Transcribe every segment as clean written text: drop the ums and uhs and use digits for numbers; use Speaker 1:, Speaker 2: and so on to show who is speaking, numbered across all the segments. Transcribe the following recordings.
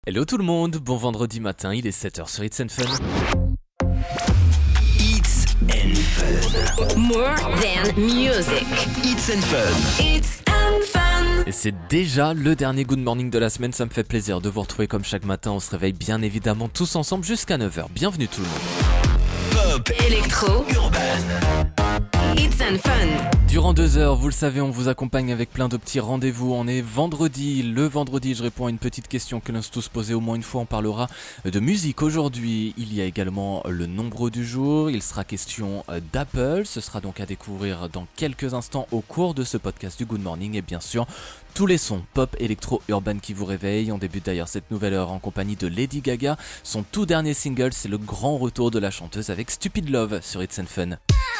Speaker 1: Hello tout le monde, bon vendredi matin, il est 7h sur It's and Fun.
Speaker 2: It's and Fun.
Speaker 3: More than music.
Speaker 2: It's and Fun.
Speaker 3: It's and Fun.
Speaker 1: Et c'est déjà le dernier Good Morning de la semaine, ça me fait plaisir de vous retrouver comme chaque matin. On se réveille bien évidemment tous ensemble jusqu'à 9h. Bienvenue tout le monde.
Speaker 2: Pop,
Speaker 3: Électro.
Speaker 2: urban.
Speaker 3: It's and Fun.
Speaker 1: Durant 2 heures, vous le savez, on vous accompagne avec plein de petits rendez-vous. On est vendredi. Le vendredi, je réponds à une petite question que l'on s'est tous posée au moins une fois. On parlera de musique aujourd'hui. Il y a également le nombre du jour. Il sera question d'Apple. Ce sera donc à découvrir dans quelques instants au cours de ce podcast du Good Morning. Et bien sûr, tous les sons pop, électro, urban qui vous réveillent. On débute d'ailleurs cette nouvelle heure en compagnie de Lady Gaga. Son tout dernier single, c'est le grand retour de la chanteuse avec Stupid Love sur It's and Fun.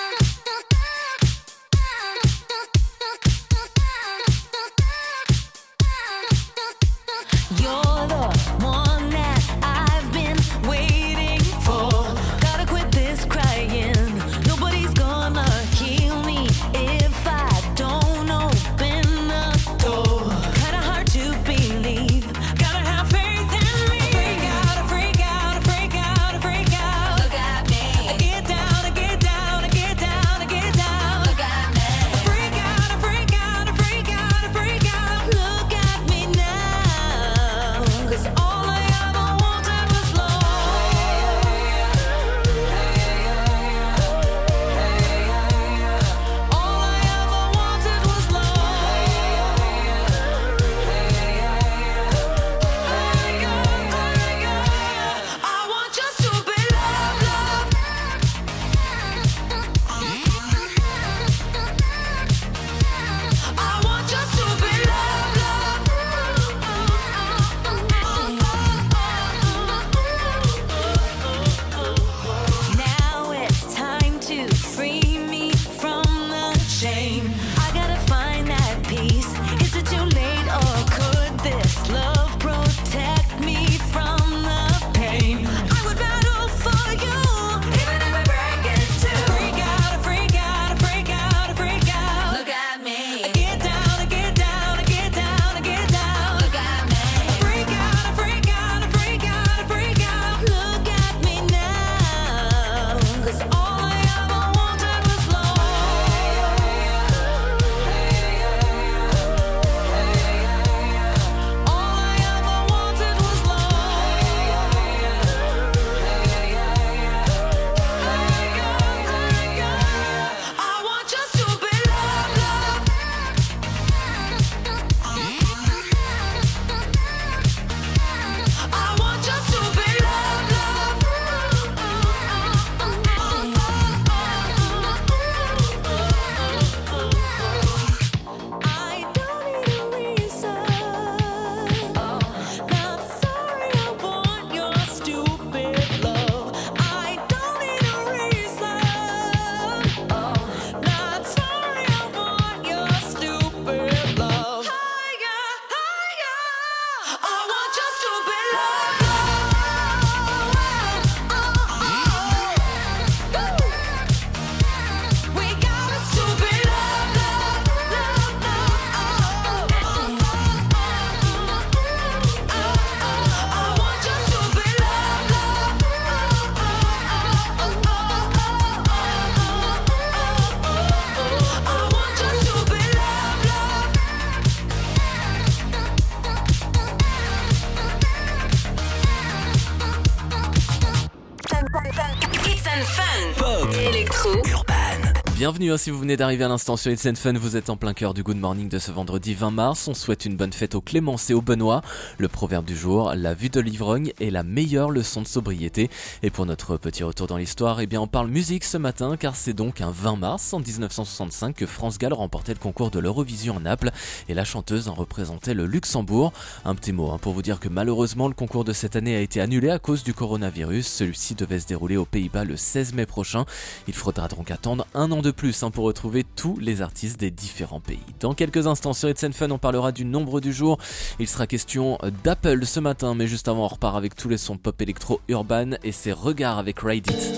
Speaker 1: Bienvenue si vous venez d'arriver à l'instant sur It's and Fun, vous êtes en plein cœur du Good Morning de ce vendredi 20 mars. On souhaite une bonne fête aux Clémence et aux Benoît. Le proverbe du jour, la vue de l'ivrogne est la meilleure leçon de sobriété. Et pour notre petit retour dans l'histoire, eh bien on parle musique ce matin car c'est donc un 20 mars en 1965 que France Gall remportait le concours de l'Eurovision à Naples et la chanteuse en représentait le Luxembourg. Un petit mot pour vous dire que malheureusement le concours de cette année a été annulé à cause du coronavirus. Celui-ci devait se dérouler aux Pays-Bas le 16 mai prochain. Il faudra donc attendre un an de plus pour retrouver tous les artistes des différents pays. Dans quelques instants sur It's and Fun, on parlera du nombre du jour. Il sera question d'Apple ce matin, mais juste avant on repart avec tous les sons pop électro urban et ses regards avec Ride It.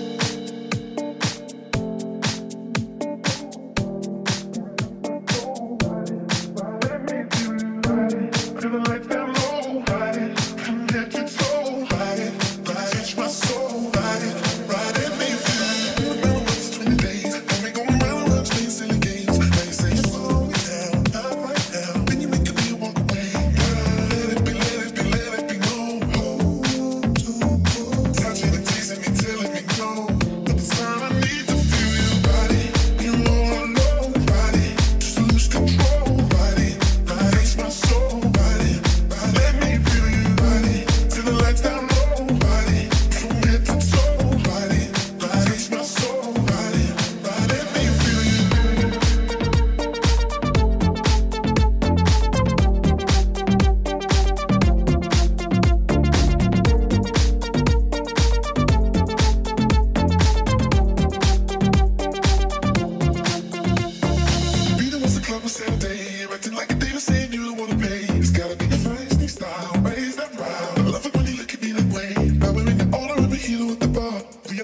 Speaker 4: Living life down low, high, from there to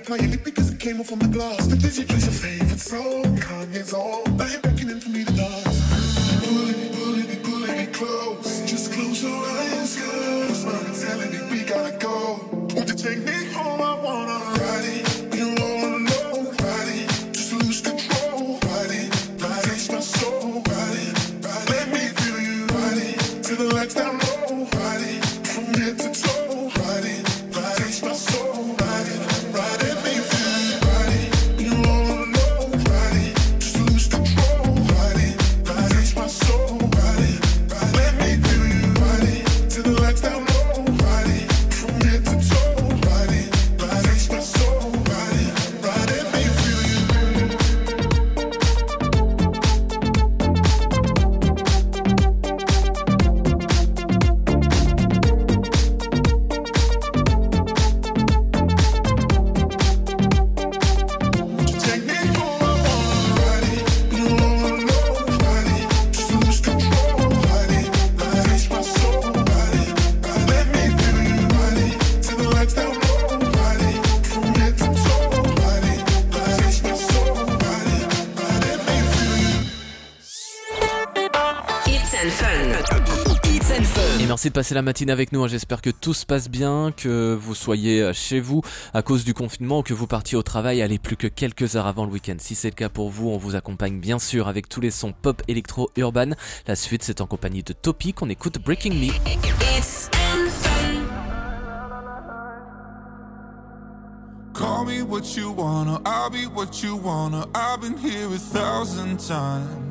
Speaker 4: crying it because it came off on the glass. But did you play your favorite song? Kanye's on. Now you're beckoning for me to dance. Pulling me close. Just close your eyes, girl. Your smile telling me we gotta go. Won't you take me home? I wanna ride it. You all alone, ride it. Just lose control, ride it. Touch my soul, ride it. Let me feel you, ride it. Till the lights down low, ride it. From head to toe, ride it. Touch my soul, ride it. Let me feel you, ride it. You all alone, ride it. Just lose control, ride it. Touch my soul, ride it. Let me feel you, ride it. Till the lights down low, ride it. From head to toe, ride it. Touch my soul, ride it. Let me feel you. Take me home, I wanna ride it. You all alone, ride it. Just lose control, ride it. Touch my soul, ride it. Let me feel you, ride it. Till the lights down low, ride it. From head to toe, ride it. Touch my soul, ride it. Let me feel you.
Speaker 3: It's and Fun.
Speaker 2: It's and Fun.
Speaker 1: Et merci de passer la matinée avec nous, hein. J'espère que tout se passe bien, que vous soyez chez vous à cause du confinement ou que vous partiez au travail, allez plus que quelques heures avant le week-end. Si c'est le cas pour vous, on vous accompagne bien sûr avec tous les sons pop, électro, urban. La suite c'est en compagnie de Topi qu'on écoute Breaking Me.
Speaker 3: It's and Fun.
Speaker 5: Call me what you wanna, I'll be what you wanna. I've been here 1,000 times.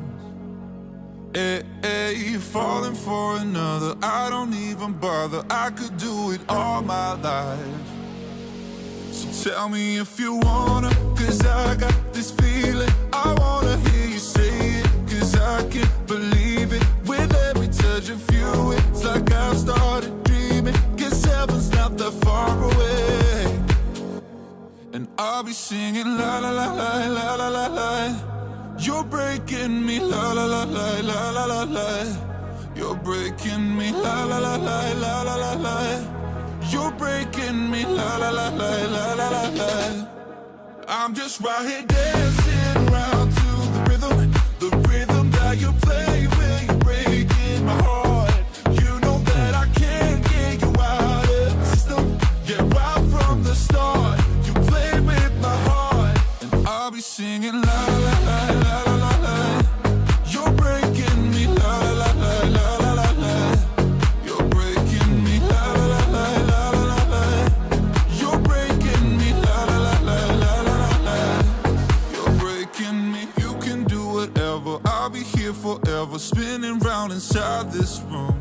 Speaker 5: You're falling for another. I don't even bother. I could do it all my life. So tell me if you wanna, 'cause I got this feeling. I wanna hear you say it, 'cause I can't believe it. With every touch of you, it's like I've started dreaming. 'Cause heaven's not that far away. And I'll be singing la la la la la la la la. You're breaking me la la la la la la la la. You're breaking me la la la la la la la la. You're breaking me la la la la la la la la. I'm just right here dancing around to the rhythm that you play when you're breaking my heart. You know that I can't get you out of the system. Yeah, right from the start, you played with my heart, and I'll be singing la la la la la la la. You're breaking me la la la la la la la. You're breaking me la la la la la la la. You're breaking me la la la la la la la. You're breaking me. You can do whatever. I'll be here forever, spinning round inside this room.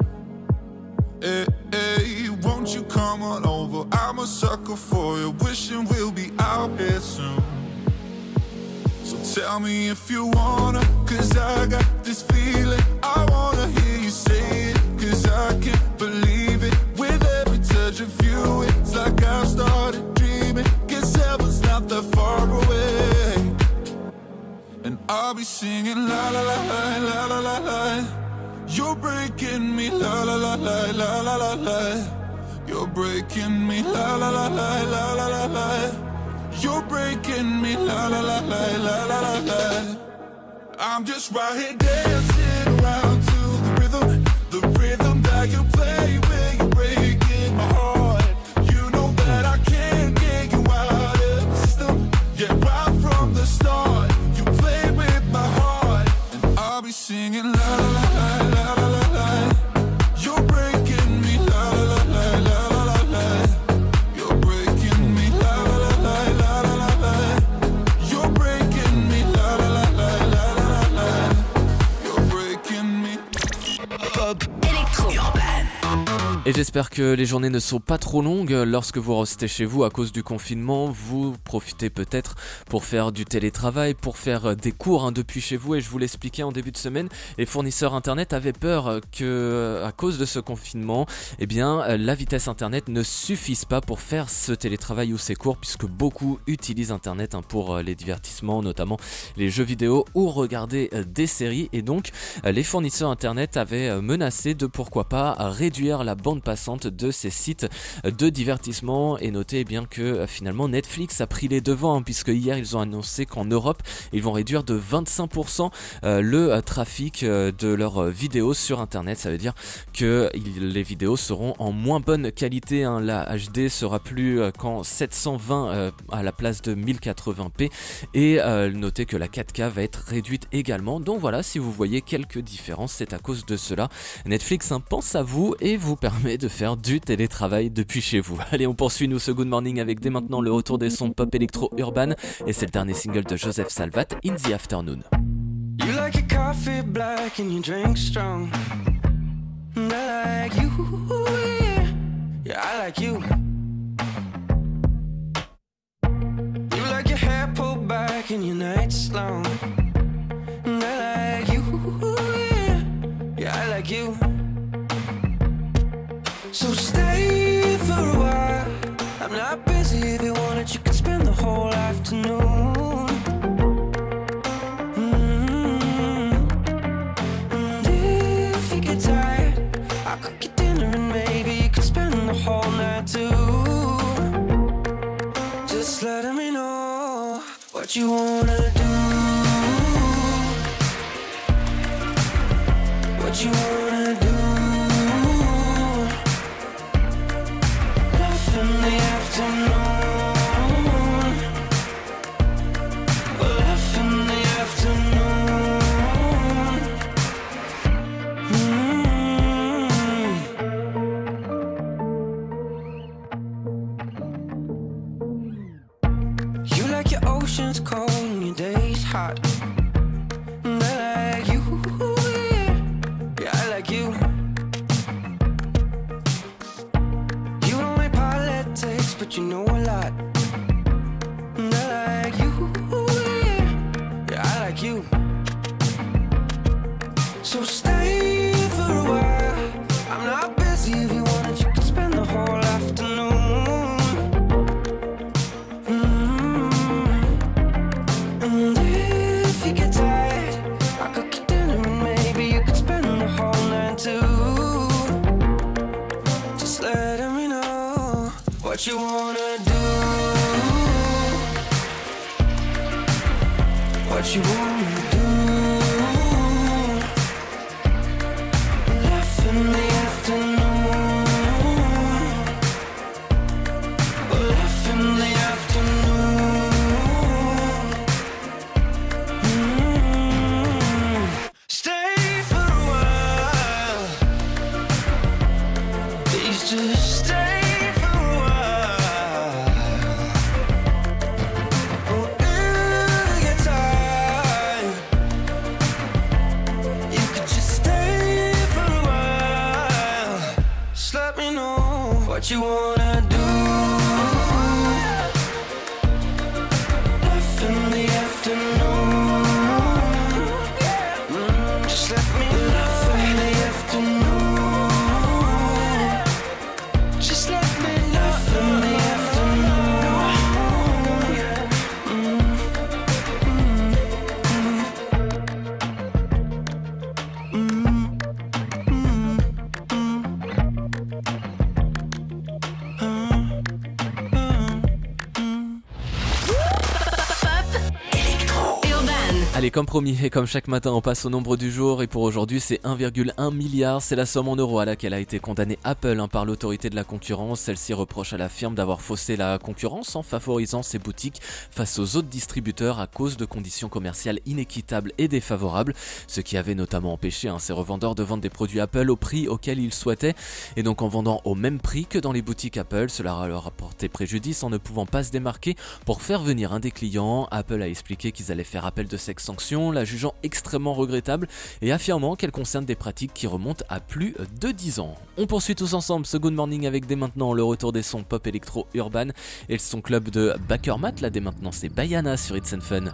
Speaker 5: Hey, won't you come on over? I'm a sucker for you, wishing we'll be out here soon. So tell me if you wanna, 'cause I got this feeling. I wanna hear you say it, 'cause I can't believe it. With every touch of you, it's like I've started dreaming. 'Cause heaven's not that far away. And I'll be singing la la la la la la la la. You're breaking me la la la la la la la la. You're breaking me la la la la la la la la. You're breaking me la la la la la la la la. I'm just right here dancing around to the rhythm that you play when you're breaking my heart. You know that I can't get you out of the system. Yeah, right from the start, you played with my heart, and I'll be singing la la la la la la la la. You're breaking me la la la la la la la la. You're breaking me la la la la la la la la. You're breaking me la la la la la la la la. You're breaking me.
Speaker 2: Pop,
Speaker 3: Électro.
Speaker 2: urban.
Speaker 1: Et j'espère que les journées ne sont pas trop longues. Lorsque vous restez chez vous à cause du confinement, vous profitez peut-être pour faire du télétravail, pour faire des cours depuis chez vous. Et je vous l'expliquais en début de semaine, les fournisseurs internet avaient peur que, à cause de ce confinement, eh bien, la vitesse internet ne suffise pas pour faire ce télétravail ou ces cours, puisque beaucoup utilisent internet pour les divertissements, notamment les jeux vidéo ou regarder des séries. Et donc, les fournisseurs internet avaient menacé de pourquoi pas réduire la bande bande passante de ces sites de divertissement. Et notez bien que finalement Netflix a pris les devants, puisque hier ils ont annoncé qu'en Europe ils vont réduire de 25% le trafic de leurs vidéos sur internet. Ça veut dire que les vidéos seront en moins bonne qualité, hein. La HD sera plus qu'en 720 à la place de 1080p, et notez que la 4K va être réduite également. Donc voilà, si vous voyez quelques différences, c'est à cause de cela. Netflix pense à vous et vous permet de faire du télétravail depuis chez vous. Allez, on poursuit nous ce Good Morning avec dès maintenant le retour des sons pop électro urban, et c'est le dernier single de Joseph Salvat, In the Afternoon.
Speaker 6: You like your coffee black and you drink strong. And I like you, yeah. Yeah, I like you. You like your hair pulled back and your nights long. And I like you, yeah. Yeah, I like you. So stay for a while. I'm not busy. If you wanted, you could spend the whole afternoon. I'll cook you dinner and maybe you could spend the whole night too. Just let me know what you wanna do. What you wanna do. Love in the afternoon. Love in the afternoon. Your ocean's cold and your day's hot. And I like you, yeah. Yeah, I like you. You don't like politics, but you know a lot. And I like you, yeah. Yeah, I like you. So stay for a while. I'm not busy. If you wanted, you could spend the whole afternoon. What you wanna do? What you wanna do? Laugh in the afternoon. Laugh in the afternoon. Stay for a while. Please just stay. What you wanna do? Laugh in the afternoon. Just let me laugh in the afternoon. Just let me laugh in the
Speaker 1: Allez, comme promis et comme chaque matin, on passe au nombre du jour, et pour aujourd'hui c'est 1,1 milliard, c'est la somme en euros à laquelle a été condamnée Apple par l'autorité de la concurrence. Celle-ci reproche à la firme d'avoir faussé la concurrence en favorisant ses boutiques face aux autres distributeurs à cause de conditions commerciales inéquitables et défavorables, ce qui avait notamment empêché ces revendeurs de vendre des produits Apple au prix auquel ils souhaitaient, et donc en vendant au même prix que dans les boutiques Apple. Cela leur a porté préjudice en ne pouvant pas se démarquer. Pour faire venir un des clients, Apple a expliqué qu'ils allaient faire appel de cette sanction, la jugeant extrêmement regrettable et affirmant qu'elle concerne des pratiques qui remontent à plus de 10 ans. On poursuit tous ensemble ce Good Morning avec dès maintenant le retour des sons pop électro urban et le son club de Bakermat. Là dès maintenant c'est Bayana sur It's and Fun.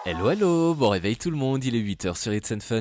Speaker 1: Hello hello, bon réveil tout le monde, il est 8h sur It's and Fun.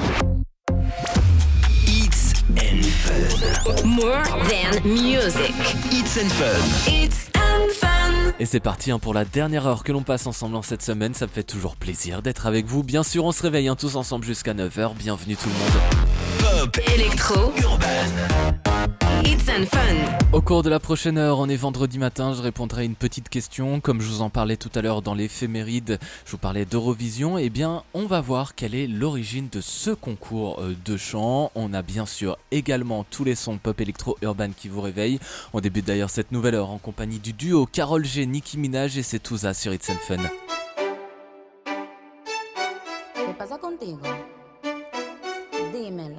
Speaker 2: It's and Fun.
Speaker 3: More than music.
Speaker 2: It's and Fun.
Speaker 3: It's and fun.
Speaker 1: Et c'est parti pour la dernière heure que l'on passe ensemble en cette semaine, ça me fait toujours plaisir d'être avec vous. Bien sûr on se réveille tous ensemble jusqu'à 9h, bienvenue tout le monde.
Speaker 2: Pop.
Speaker 3: Électro.
Speaker 2: Urban.
Speaker 3: It's and fun.
Speaker 1: Au cours de la prochaine heure, on est vendredi matin, je répondrai à une petite question. Comme je vous en parlais tout à l'heure dans l'éphéméride, je vous parlais d'Eurovision. Eh bien, on va voir quelle est l'origine de ce concours de chant. On a bien sûr également tous les sons pop électro urban qui vous réveillent. On débute d'ailleurs cette nouvelle heure en compagnie du duo Karol G, Nicki Minaj et c'est tout ça sur It's and Fun.
Speaker 7: ¿Qué pasa contigo? Dímelo.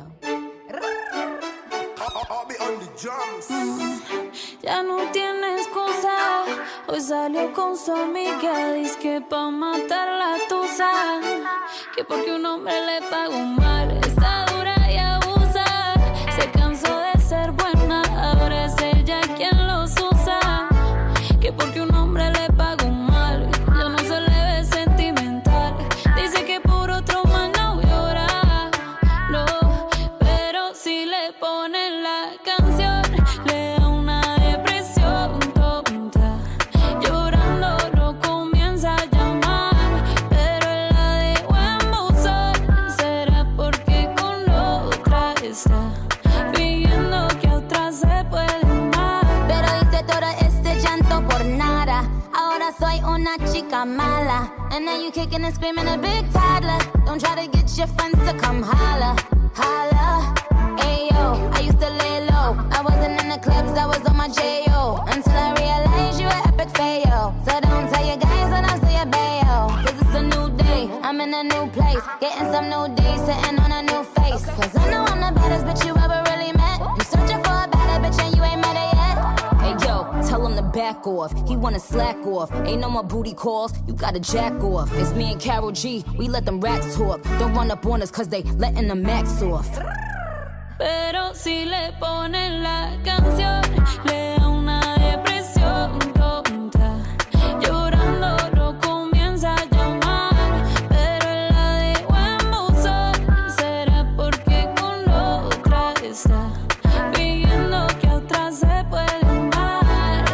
Speaker 8: Ya no tiene excusa. Hoy salió con su amiga. Dice que pa' matar la tusa. Que porque un hombre le pagó mal. Está dura y abusa. Se cansó de ser buena. Ahora es ella quien los usa. Que porque un hombre le pagó mal. Yo no se le ve sentimental. Dice que por otro más no llora. No, pero si le ponen la canción. Le da una depresión tonta. Llorando lo comienza a llamar. Pero él la dejó en buzón. ¿Será porque con otra está? Fingiendo que a otra se puede amar.
Speaker 7: Pero hice todo este llanto por nada. Ahora soy una chica mala. And now you kicking and screaming a big toddler. Don't try to get your friends to come holla. Holla. Ayo, I used to lay low. I wasn't in the clubs, I was on my J.O. Until I realized you were epic fail. So don't tell your guys when I say a bail. Cause it's a new day, I'm in a new place. Getting some new days, sitting on a new face. Cause I know I'm the baddest bitch you ever really met. You searching for a better bitch and you ain't met her yet. Hey yo, tell him to back off. He wanna slack off. Ain't no more booty calls, you gotta jack off. It's me and Karol G, we let them racks talk. Don't run up on us cause they letting the max off.
Speaker 8: Pero si le ponen la canción, le da una depresión tonta. Llorando lo comienza a llamar. Pero él la dejó en buzón. ¿Será porque con otra está? Fingiendo que a otra se puede amar.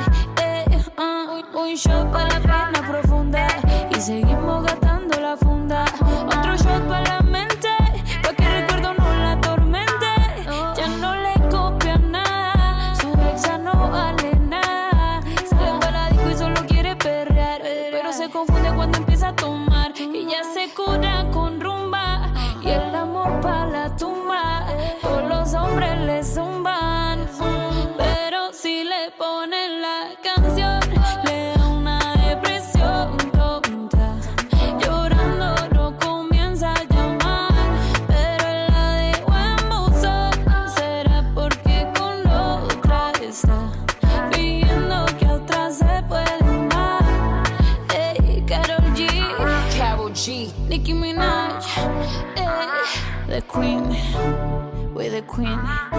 Speaker 8: Un shot para la pena profunda. Y seguimos gastando la funda. Otro shot para la mente. Pa' que el recuerdo no la atormente. Ya no le copia nada, su ex ya no vale nada. Sale para la disco y solo quiere perrear, pero se confunde cuando empieza a tomar. Y ya se cura con rumba y el amor pa' la tumba. Todos los hombres le zumban, pero si le ponen la canción, le da una depresión tonta. Llorando lo comienza a llamar, pero él la dejó en buzón. ¿Será porque con otra está? Fingiendo que a otra se puede amar. Ey, Karol G, Nicki Minaj, the queen, we're the queen.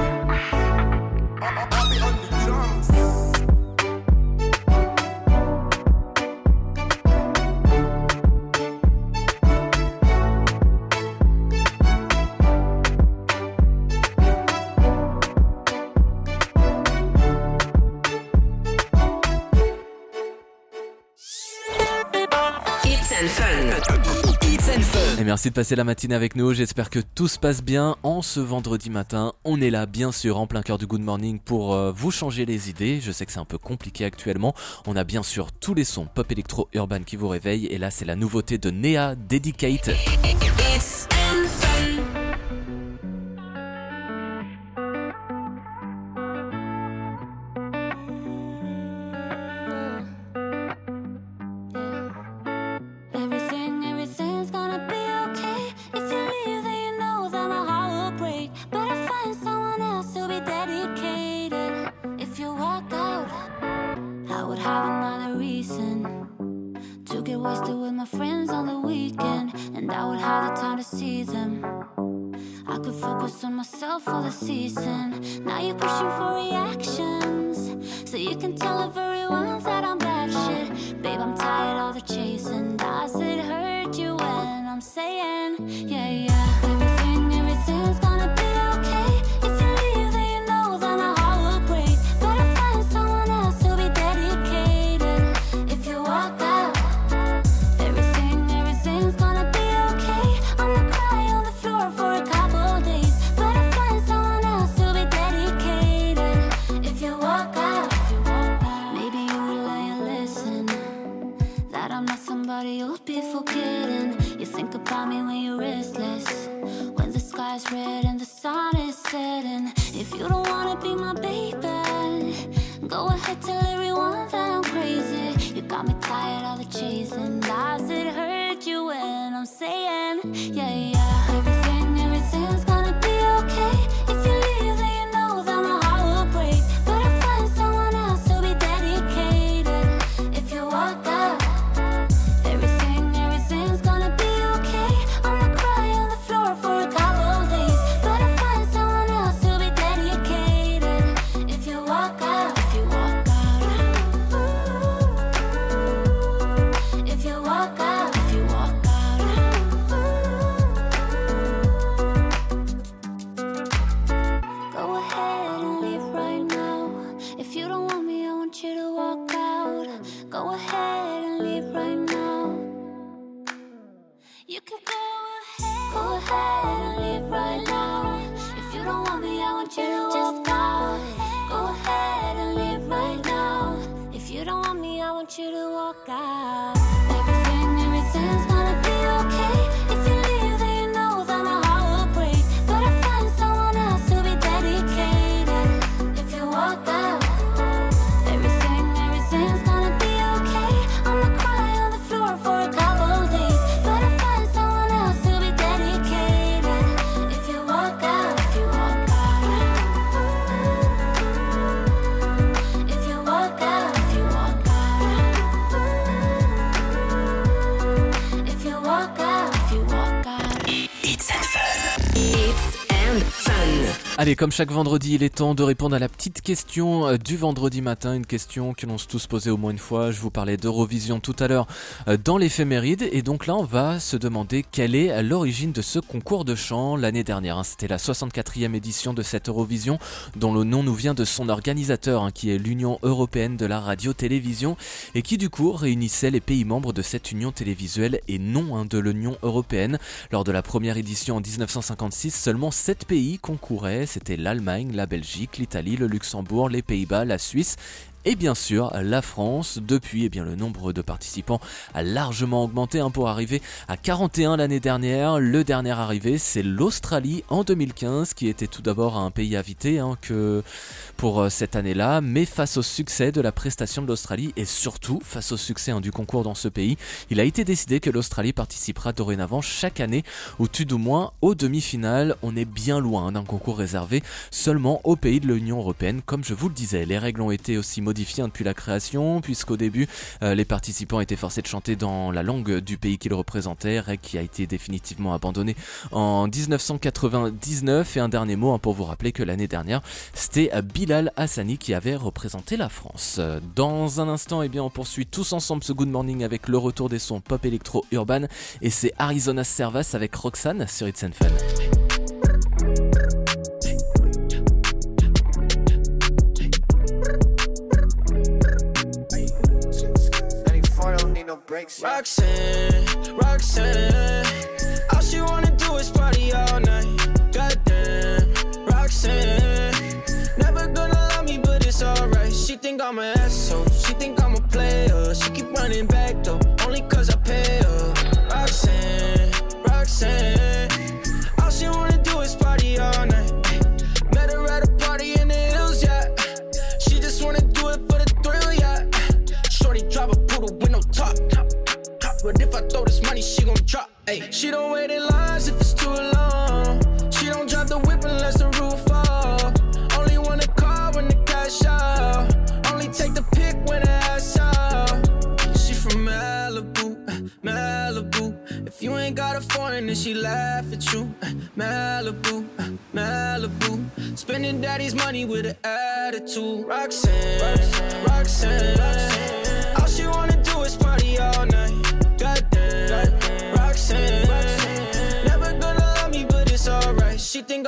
Speaker 3: It's and fun.
Speaker 2: It's and Fun.
Speaker 1: Et merci de passer la matinée avec nous, j'espère que tout se passe bien en ce vendredi matin. On est là bien sûr en plein cœur du Good Morning pour vous changer les idées. Je sais que c'est un peu compliqué actuellement. On a bien sûr tous les sons pop électro urban qui vous réveillent. Et là c'est la nouveauté de Nea, Dedicate.
Speaker 3: It's and fun.
Speaker 8: Everything's gonna be okay. If you leave, then you know that my heart will break. Better find someone else to be dedicated. If you walk out, I would have another reason to get wasted with my friends on the weekend, and I would have the time to see them. I could focus on myself for the season. Now you're pushing for reactions, so you can tell everyone that I'm bad shit. Babe, I'm tired of the chasing. Does it hurt you? saying, yeah, yeah. Everything's gonna be okay. If you leave, then you know that my heart will break. Better find someone else to be dedicated. If you walk out, everything's gonna be okay. I'ma cry on the floor for a couple days. Better find someone else to be dedicated. If you walk out, maybe you will learn your lesson, that I'm not somebody you'll be forgetting. You think about me when you're restless, when the sky's red and the sun is setting. If you don't wanna be my baby, go ahead, tell everyone that I'm crazy. You got me tired of the chasing. Does it hurt you when I'm saying, yeah, yeah. Everything's gonna be okay. If you leave, then you know that my heart will break. Better find someone else to be dedicated. If you walk out, everything's gonna be okay. I'ma cry on the floor for a couple days. Better find someone else to be dedicated. If you walk out, if you walk out, if you walk out, if you walk out, go ahead and leave right now. If you don't want me, I want you to walk out. Go ahead and leave right now. You can go ahead and leave right now. If you don't want me, I want you to walk out. Go ahead and leave right now. If you don't want me, I want you to walk out. Everything's gonna be okay. If you leave, then you know that my heart will break. Better find someone else to be dedicated. If you walk out, everything's gonna be okay. I'ma cry on the floor for a couple days. Better find someone else to be dedicated. If you walk out, if you walk out, if you walk out, if you walk out, if you walk out, if you walk out.
Speaker 2: It's and Fun.
Speaker 3: It's and Fun.
Speaker 1: Allez, comme chaque vendredi, il est temps de répondre à la petite question du vendredi matin, une question que l'on s'est tous posée au moins une fois. Je vous parlais d'Eurovision tout à l'heure dans l'éphéméride, et donc là on va se demander quelle est l'origine de ce concours de chant. L'année dernière, c'était la 64e édition de cette Eurovision, dont le nom nous vient de son organisateur, qui est l'Union Européenne de la Radio-Télévision, et qui du coup réunissait les pays membres de cette union télévisuelle et non de l'Union Européenne. Lors de la première édition en 1956, seulement 7 pays concouraient. C'était l'Allemagne, la Belgique, l'Italie, le Luxembourg, les Pays-Bas, la Suisse et bien sûr la France. Depuis, le nombre de participants a largement augmenté pour arriver à 41 l'année dernière. Le dernier arrivé, c'est l'Australie en 2015, qui était tout d'abord un pays invité que pour cette année-là, mais face au succès de la prestation de l'Australie et surtout face au succès du concours dans ce pays, il a été décidé que l'Australie participera dorénavant chaque année, ou tout du moins aux demi-finales. On est bien loin d'un concours réservé seulement aux pays de l'Union Européenne, comme je vous le disais. Les règles ont été aussi modifiées depuis la création, puisqu'au début les participants étaient forcés de chanter dans la langue du pays qu'ils représentaient, règle qui a été définitivement abandonnée en 1999. Et un dernier mot pour vous rappeler que l'année dernière c'était Bilal Hassani qui avait représenté la France. Dans un instant, on poursuit tous ensemble ce Good Morning avec le retour des sons pop électro urban, et c'est Arizona Servas avec Roxanne sur It's and Fun.
Speaker 6: Roxanne, all she wanna do is party all night. Goddamn, Roxanne, never gonna love me, but it's alright. She think I'm an asshole, she think I'm a player. She keep running back though, only cause I pay her. Roxanne, all she wanna do is party all night. Met her at a party in the hills, yeah. She just wanna do it for the thrill, yeah. Shorty drive a poodle with no top. But if I throw this money, she gon' drop. Ay. She don't wait in lines if it's too long. She don't drive the whip unless the roof fall. Only want a car when the cash out. Only take the pic when the ass out. She from Malibu, Malibu. If you ain't got a foreign, then she laugh at you. Malibu, Malibu. Spending daddy's money with an attitude. Roxanne, all she wanna do is party all night. Goddamn, Roxanne,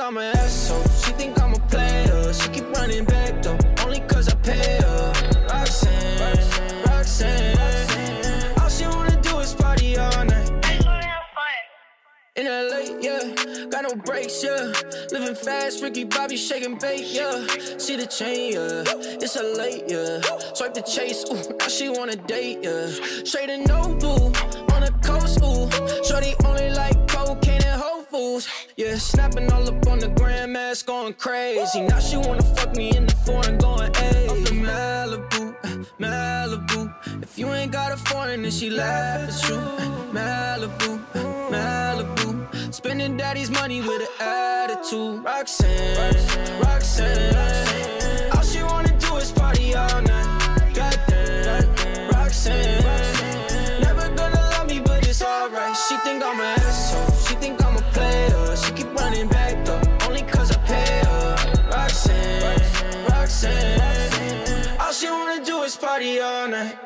Speaker 6: I'm an asshole. She think I'm a player. She keep running back though, only cause I pay her. Roxanne, Roxanne. All she wanna do is party all night. In LA, yeah, got no brakes, yeah. Living fast, Ricky Bobby shaking bait, yeah. See the chain, yeah, it's a late, yeah. Swipe the chase, ooh, now she wanna date, yeah. Straight and Noble, on the coast, ooh. Shorty only like cocaine and Whole Foods, yeah. Snapping all up on the grandmas, going crazy. Now she wanna fuck me in the foreign, going, ayy. Up in Malibu, Malibu. If you ain't got a foreign, then she laugh at you. Malibu, Malibu. Spending daddy's money with an attitude. Roxanne, Roxanne. All she wanna do is party all night. Goddamn, Roxanne. Never gonna love me, but it's alright. She think I'm an asshole. She think I'm a player. She keep running back though, only cause I pay her. Roxanne, Roxanne. All she wanna do is party all night.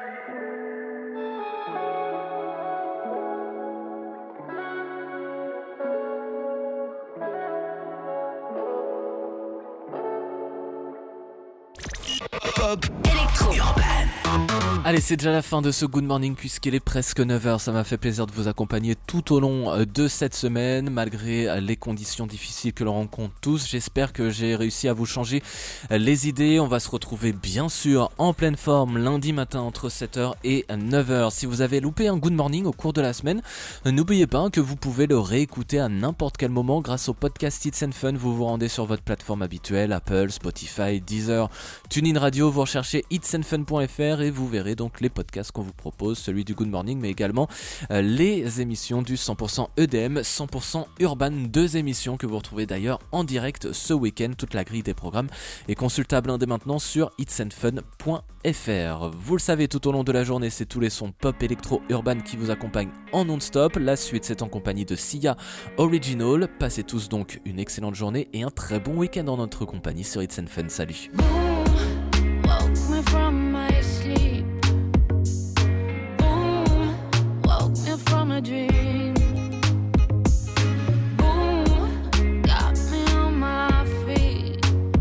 Speaker 2: Pop électro urbaine.
Speaker 1: Allez, c'est déjà la fin de ce Good Morning puisqu'il est presque 9h. Ça m'a fait plaisir de vous accompagner tout au long de cette semaine, malgré les conditions difficiles que l'on rencontre tous. J'espère que j'ai réussi à vous changer les idées. On va se retrouver bien sûr en pleine forme lundi matin entre 7h et 9h. Si vous avez loupé un Good Morning au cours de la semaine, n'oubliez pas que vous pouvez le réécouter à n'importe quel moment grâce au podcast It's and Fun. Vous vous rendez sur votre plateforme habituelle, Apple, Spotify, Deezer, TuneIn Radio, vous recherchez itsandfun.fr et vous verrez donc les podcasts qu'on vous propose, celui du Good Morning mais également les émissions du 100% EDM, 100% Urban, 2 émissions que vous retrouvez d'ailleurs en direct ce week-end. Toute la grille des programmes est consultable dès maintenant sur itsandfun.fr. Vous le savez, tout au long de la journée, c'est tous les sons pop, électro, urban qui vous accompagnent en non-stop. La suite, c'est en compagnie de Sia Original. Passez tous donc une excellente journée et un très bon week-end en notre compagnie sur It's and Fun. Salut.
Speaker 8: Woke me from my sleep. Boom, woke me from a dream. Boom, got me on my feet.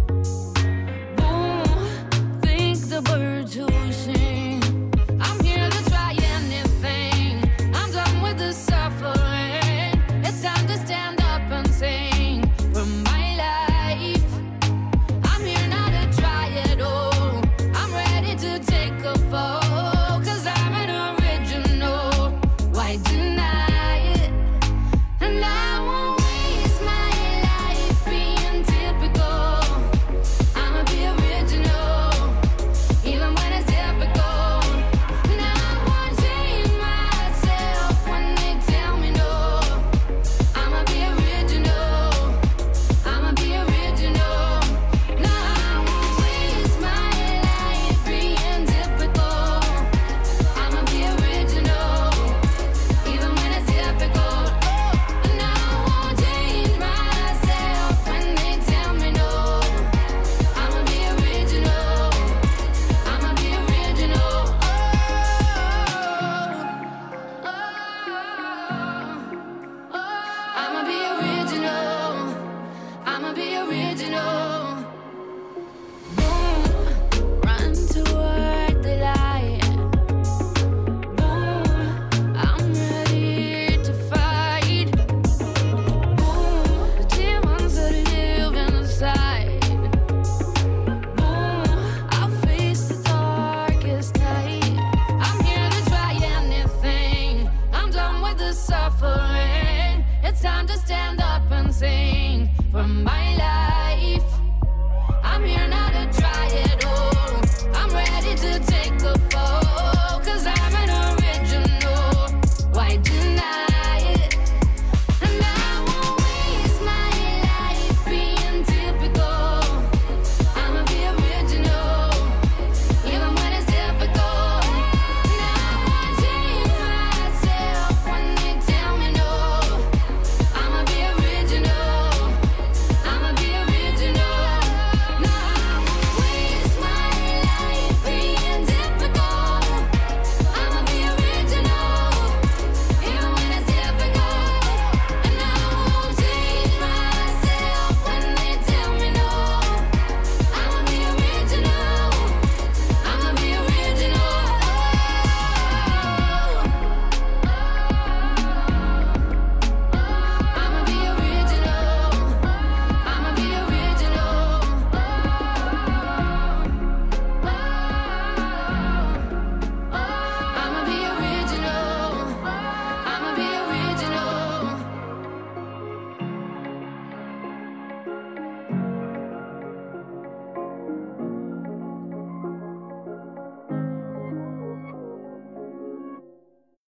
Speaker 8: Boom, think the birds who sing. I'm here to try anything. I'm done with the suffering. It's time to stand up and sing from my life. I'm here now to try it all. I'm ready to take a fall, 'cause I'm an original. Why deny it? And I won't waste my life being typical. I'ma be original, even when it's difficult. And I won't change myself when they tell me no. I'ma be original, I'ma be original. No, I won't waste my life being typical. I'ma be original, even when it's difficult. And I won't change myself when they tell me no. I'ma be original, I'ma be original. I'ma be original, I'ma be original. Boom, run toward the light. Boom, I'm ready to fight. Boom, the demons that live inside. Boom, I'll face the darkest night. I'm here to try anything. I'm done with the suffering. It's time to stand up and sing from my life. I'm here now to try it all. I'm ready to take a